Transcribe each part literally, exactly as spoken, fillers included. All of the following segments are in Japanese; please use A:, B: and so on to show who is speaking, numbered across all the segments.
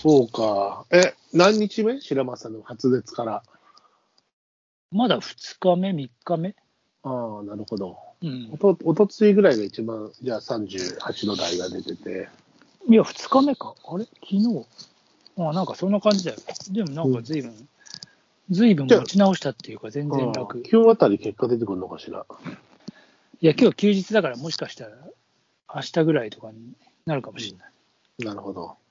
A: そうか。え、何日目白松さんの発熱から。
B: まだふつかめ、みっかめ。
A: ああ、なるほど。
B: うん。
A: おと、おとついぐらいが一番、じゃあさんじゅうはちど台が出てて。
B: いや、ふつかめか。あれ昨日。あなんかそんな感じだよ。でもなんか随分、うん、随分持ち直したっていうか、全然楽。
A: 今日あたり結果出てくるのかしら。
B: いや、今日休日だから、もしかしたら明日ぐらいとかになるかもしれない。
A: うん、なるほど。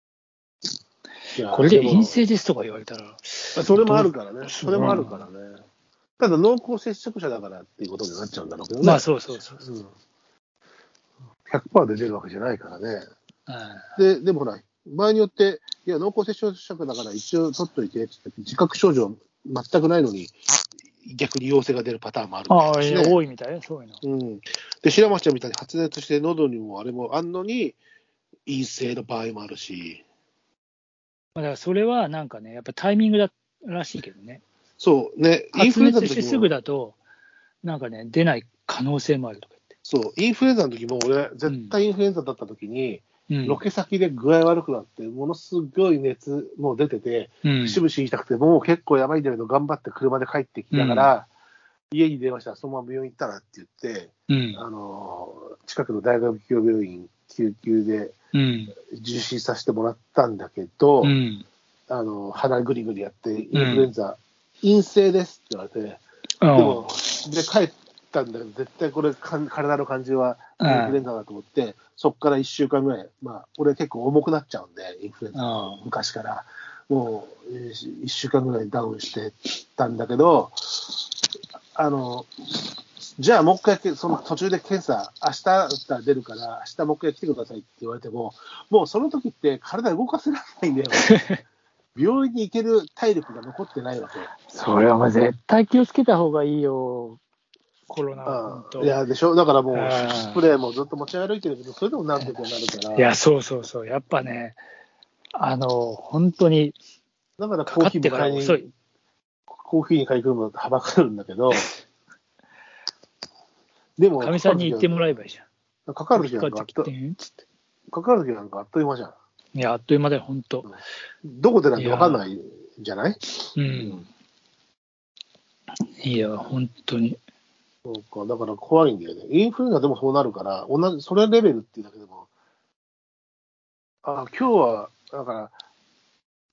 B: これで陰性ですとか言われたら。
A: それもあるからね。それもあるからね。ただ濃厚接触者だからっていうことになっちゃうんだろうけどね。
B: まあそうそうそうそう、うん。
A: ひゃくパーセント で出るわけじゃないからね。
B: うん、
A: で、でもほら、場合によって、いや、濃厚接触者だから一応取っといてって言って、自覚症状全くないのに、逆に陽性が出るパターンもあるみたいな、ね。
B: ああ、多いみたいね、そういうの。
A: うん。で、白松ちゃんみたいに発熱して喉にもあれもあんのに、陰性の場合もあるし。
B: だからそれはなんかね、やっぱタイミングだらしいけどね。
A: そうね、
B: インフルエンザしてすぐだと、なんかね、出ない可能性もあるとか言って。
A: そう、インフルエンザの時も俺、絶対インフルエンザだった時に、
B: うん、
A: ロケ先で具合悪くなって、ものすごい熱もう出てて、
B: うん、
A: しぶし言いたくて、もう結構やばいんだけど、頑張って車で帰ってきながら、うん、家に電話したら、そのまま病院行ったらって言って、うん、あの近くの大学病院、救急で受診させてもらったんだけど、うん、あの鼻ぐりぐりやって、インフルエンザ、うん、陰性ですって言われて、でも、で帰ったんだけど、絶対これ、体の感じはインフルエンザだと思って、そこからいっしゅうかんぐらい、まあ、俺結構重くなっちゃうんで、インフルエンザは昔から、もういっしゅうかんぐらいダウンしてたんだけど、あの、じゃあもう一回、その途中で検査、明日だったら出るから、明日もう一回来てくださいって言われても、もうその時って体動かせられないんだよ。病院に行ける体力が残ってないわけ。
B: それはもう絶対気をつけた方がいいよ。コロナは本当。
A: いやでしょ、だからもうスプレーもずっと持ち歩いてるけど、それでもなんとかなるから。
B: いや、そうそうそう、やっぱね、あの本当に。
A: だからコーヒーも買いに、コーヒーに買いに来るのってはばかるんだけど、でも、
B: かみさんに言ってもらえばいいじゃん。
A: かかる時なんかあっと、かかる時なんかあっという間じゃん。
B: いや、あっという間だよ、本当。
A: どこでなんて分かんないんじゃない？
B: うん。いや、本当に。
A: そうか、だから怖いんだよね。インフルエンザでもそうなるから、同じ、それレベルっていうだけでも、あ、今日は、だから、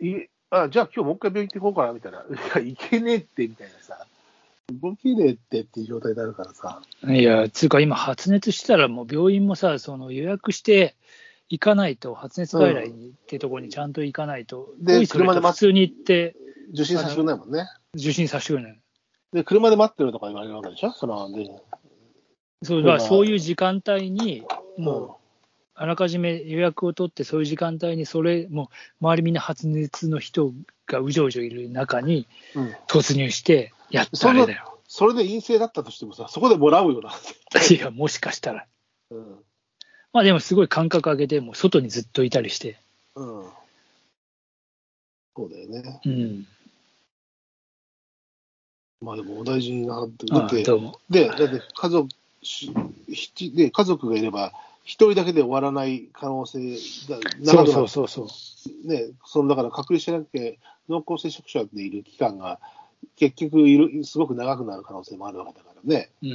A: いあじゃあ今日もう一回病院行ってこうかな、みたいな。いや、行けねえって、みたいなさ。動けねえってっていう状態になるからさ。
B: いや、つうか今発熱したらもう病院もさ、その予約して行かないと、発熱外来にってところにちゃんと行かないと、
A: うん、で、車で
B: 普通に行って、
A: 受診させてくれないもんね。
B: 受診させてくれない。
A: で、車で待ってるとか言われるわけでしょ、そので
B: そうだ、そういう時間帯に、もう、あらかじめ予約を取って、そういう時間帯に、それ、もう、周りみんな発熱の人がうじょうじょいる中に突入して、やっとあれだよ。
A: それで陰性だったとしてもさ、そこでもらうよな。
B: いや、もしかしたら。うん、まあでも、すごい間隔上げて、もう外にずっといたりして。
A: うん。そうだよね。
B: うん。
A: まあでも、お大事になって、だって、
B: どうも
A: で、だって家族、で、家族がいれば、一人だけで終わらない可能性が
B: 長くなる。そうそうそう。
A: ね、そのだから隔離しなきゃ、濃厚接触者でいる期間が、結局いる、すごく長くなる可能性もあるわけだからね、
B: うん、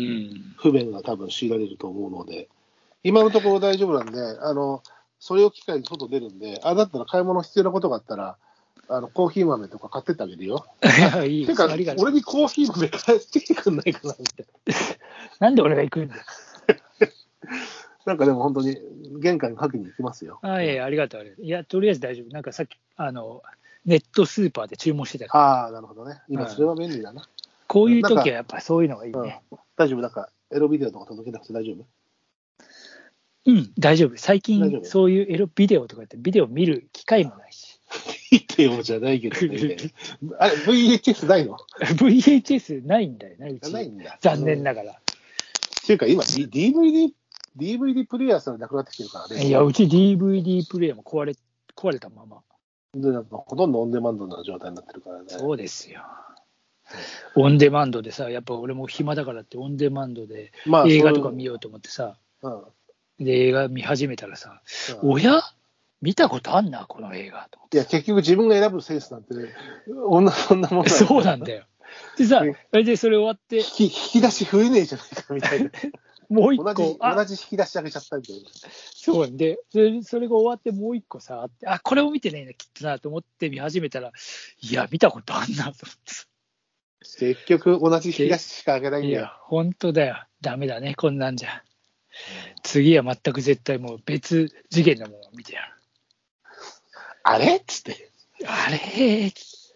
A: 不便が多分強いられると思うので、今のところ大丈夫なんで、あのそれを機会に外出るんで、あだったら買い物必要なことがあったら、あのコーヒー豆とか買ってってあげるよ。
B: いや、いい
A: てか、俺にコーヒー豆買ってきてくんないかなみたいな。
B: なんで俺が行くんだよ。
A: なんかでも本当に玄関にかけに行きますよ。
B: あ、いやいや、ありがとう、ありがとう。いや、とりあえず大丈夫。なんかさっき、あの、ネットスーパーで注文してたから。
A: ああ、なるほどね。今、それは便利だな。
B: こういう時はやっぱそういうのがいいね。
A: うん、大丈夫、なんか、エロビデオとか届けなくて大丈夫？
B: うん、大丈夫。最近、そういうエロビデオとかってビデオ見る機会もないし。
A: ビデオじゃないけどね。あれ、ブイエイチエス ないの？
B: ブイエイチエス ないんだよね、うち。
A: ないんだ。
B: 残念ながら。
A: っていうか、今、ディーブイディー、ディーブイディー プレイヤーさんなくなってきてるからね。
B: いや、うち ディーブイディー プレイヤーも壊れ、壊れたまま。
A: で、なんかほとんどオンデマンドな状態になってるからね。
B: そうですよ。オンデマンドでさ、やっぱ俺も暇だからってオンデマンドで映画とか見ようと思ってさ、
A: まあ、うん、
B: で映画見始めたらさ、うん、おや見たことあんな、この映画と思って。
A: いや、結局自分が選ぶセンスなんてね、女そんなもんなんだよ。
B: そうなんだよ。でさ、それでそれ終わって、
A: 引き、引き出し増えねえじゃないかみたいな。
B: もう一個。
A: 同じ、同じ引き出し上げちゃったみたいな。
B: そうで、それ、それが終わってもう一個さ、あって、あ、これを見てないな、きっとなと思って見始めたら、いや、見たことあんなと思って。
A: 結局同じ引き出ししか上げないんだよ。
B: いや、本当だよ。ダメだね、こんなんじゃ。次は全く絶対もう別次元のものを見てやる。
A: あれっつって。
B: あれー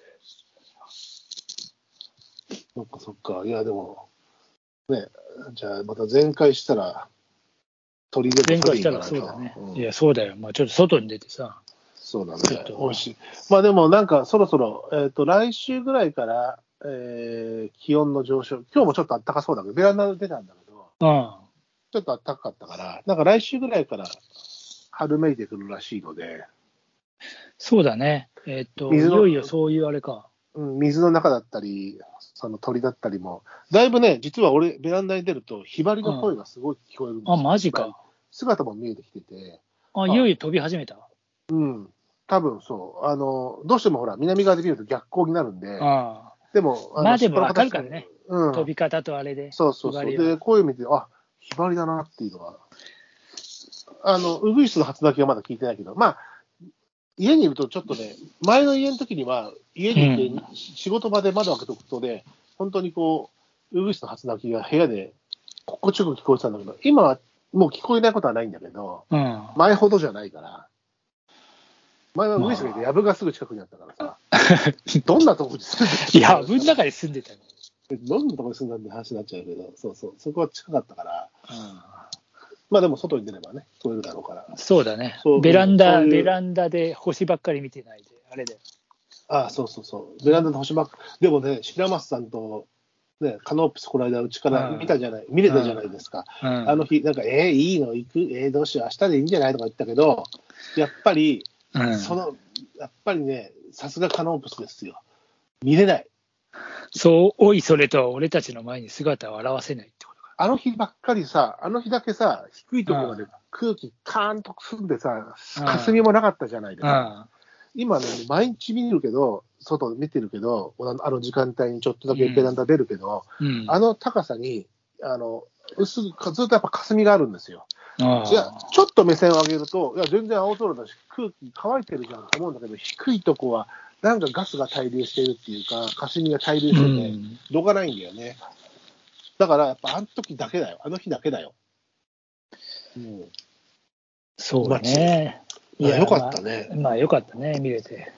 A: そっかそっか。いや、でも、ね、じゃあまた全開したら、鳥でも
B: 全開したらそうだね。うん、いや、そうだよ。まあちょっと外に出てさ。
A: そうだね。美味しい。まあでもなんかそろそろ、えっ、ー、と、来週ぐらいから、えー、気温の上昇、今日もちょっと暖かそうだけど、ベランダで出たんだけど、
B: うん、
A: ちょっと暖かかったから、なんか来週ぐらいから春めいてくるらしいので。
B: そうだね。えっ、ー、と、いよいよそういうあれか。
A: うん、水の中だったり、その鳥だったりも、だいぶね、実は俺、ベランダに出ると、ひばりの声がすごい聞こえるんですよ、
B: うん、あ、マジか。
A: 姿も見えてきてて。
B: あ、いよいよ飛び始めた。
A: うん、多分そう。あの、どうしてもほら、南側で見ると逆光になるんで、
B: あ
A: でも、
B: あまあでも分かるからね、
A: うん、
B: 飛び方とあれで。
A: そうそうそう。で、声を見て、あ、ひばりだなっていうのは、あの、ウグイスの初鳴きはまだ聞いてないけど、まあ、家にいるとちょっとね、前の家の時には、家にいて、仕事場で窓開けとくとね、本当にこう、ウグイスの初鳴きが部屋で心地よく聞こえてたんだけど、今はもう聞こえないことはないんだけど、うん、前ほどじゃないから、前はウグイスがいて、やぶがすぐ近くにあったからさ、どんなとこに住んでた
B: いや、やぶの中に住んでたよ。
A: どんなとこに住んだって話になっちゃうけど、そうそう、そこは近かったから、うん、まあでも外に出ればね、聞こえるだろうから。
B: そうだね。ベランダ、ベランダで星ばっかり見てないで、あれだよ。
A: ああ、そうそうそう。ベランダで星ばっかり。でもね、白松さんと、ね、カノープスこの間うちから見たじゃない、うん、見れたじゃないですか。うん、あの日、なんか、えー、いいの行くえー、どうしよう、明日でいいんじゃないとか言ったけど、やっぱり、うん、その、やっぱりね、さすがカノープスですよ。見れない。
B: そう、おいそれと俺たちの前に姿を現せないってことか。
A: あの日ばっかりさ、あの日だけさ、低いところまで空気カーンと澄んでさ、霞もなかったじゃないですか。今ね、毎日見るけど、外見てるけど、あの時間帯にちょっとだけベランダ出るけど、うんうん、あの高さに、あの、薄く、ずっとやっぱ霞があるんですよ。いや、ちょっと目線を上げると、いや、全然青空だし、空気乾いてるじゃんと思うんだけど、低いとこは、なんかガスが滞留してるっていうか、霞が滞留してて、うん、どかないんだよね。だから、やっぱあの時だけだよ。あの日だけだよ。
B: うん、そうね。
A: いや、よかったね。
B: まあ、まあ、よかったね、見れて。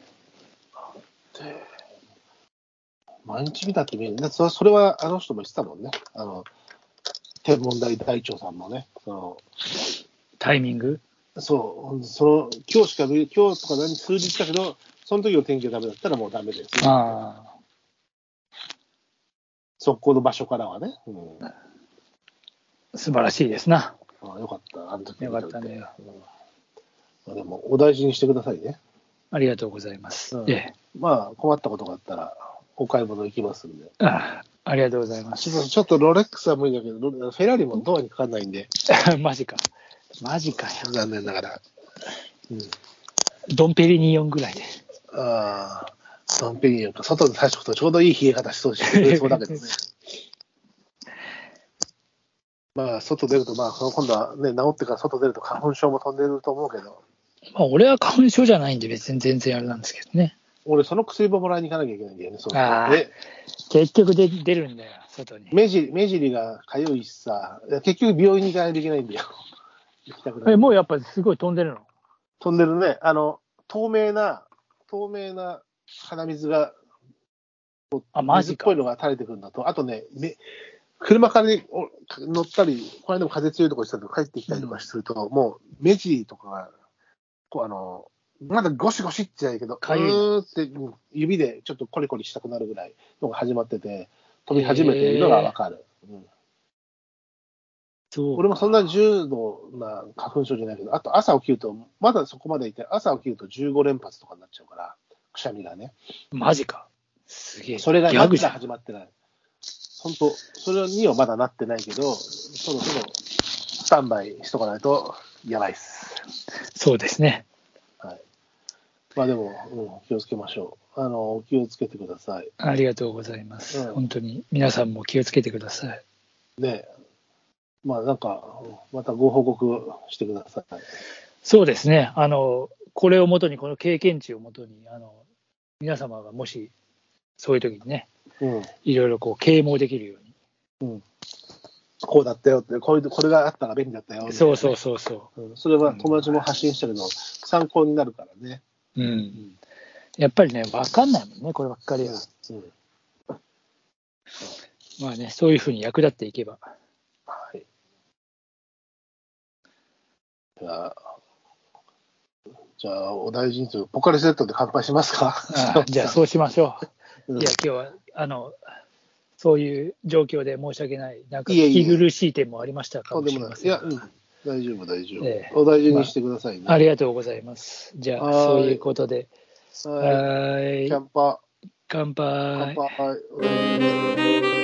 A: 毎日見たって見える。それはあの人も言ってたもんね。あの、天文台隊長さんもね。その
B: タイミング
A: そう。その、今日しか見る、今日とか何数日だけど、その時の天気がダメだったらもうダメです。ああ。速攻の場所からはね。うん、
B: 素晴らしいですな。
A: ああよかった。あの時
B: よかったね。
A: うん、でも、お大事にしてくださいね。
B: ありがとうございます。うん、ええ、
A: まあ、困ったことがあったら、お買い物行きますんで。
B: ああ、ありがとうございます。
A: ちょっと、ちょっとロレックスは無理だけど、フェラーリもドアにかかんないんで。
B: マジか。マジかよ。
A: 残念ながら。
B: うん。ドンペリニオンぐらいで。
A: ああ、ドンペリニオンか。外で差しとくとちょうどいい冷え方しそうし、そうだけどね。まあ、外出ると、まあ、今度はね、治ってから外出ると花粉症も飛んでると思うけど。
B: まあ、俺は花粉症じゃないんで別に全然あれなんですけどね。
A: 俺、その薬ももらいに行かなきゃいけないんだよね。そう
B: ああ、結局で出るんだよ、外に。
A: 目尻、目尻がかゆいしさ、結局病院に行かないといけないんだよ。
B: 行きたくない。え、もうやっぱりすごい飛んでるの？
A: 飛んでるね。あの、透明な、透明な鼻水が、
B: あ、マジか。
A: 水っぽいのが垂れてくるんだと、あとね、車から乗ったり、この間も風強いところしたりとか帰ってきたりとかすると、うん、もう目尻とかが、こうあの、まだゴシゴシってないけど、かゆいーって指でちょっとコリコリしたくなるぐらいのが始まってて、飛び始めているのがわかる。うん、俺もそんな重度な花粉症じゃないけど、あと朝起きると、まだそこまでいて、朝起きるとじゅうご連発とかになっちゃうから、くしゃみがね。
B: マジか。すげえ。
A: それがまだ始まってない。本当、それにはまだなってないけど、そろそろスタンバイしとかないとやばいっす。
B: そうですね。
A: はい。まあでも、うん、気をつけましょう。あの、気をつけてください。
B: ありがとうございます。
A: うん、
B: 本当に皆さんも気をつけてください。
A: ね、まあなんか、またご報告してください。
B: そうですね。あの、これをもとに、この経験値をもとに、あの、皆様がもし、そういう時にね、うん、いろいろこう啓蒙できるように。
A: うん、こうだったよって、こういう、これがあったら便利だったよ、ね。
B: そうそうそうそう、
A: うん。それは友達も発信したけど、うん、参考になるからね。
B: うん。うん、やっぱりね、分かんないもんね、こればっかりは。うんうん、まあね、そういうふうに役立っていけば。はい。
A: じゃあ、じゃあお大事にと、ポカリセットで乾杯しますか。
B: ああじゃあそうしましょう。うん、いや、今日は、あの、そういう状況で申し訳ない、なんか聞き苦しい点もありましたかもしれません。いや、うん、
A: 大丈夫、大丈夫、えー。お大事にしてくださいね、
B: まあ。ありがとうございます。じゃあ、そういうことで。
A: はい。乾杯。
B: 乾杯。
A: 乾杯。お大事に。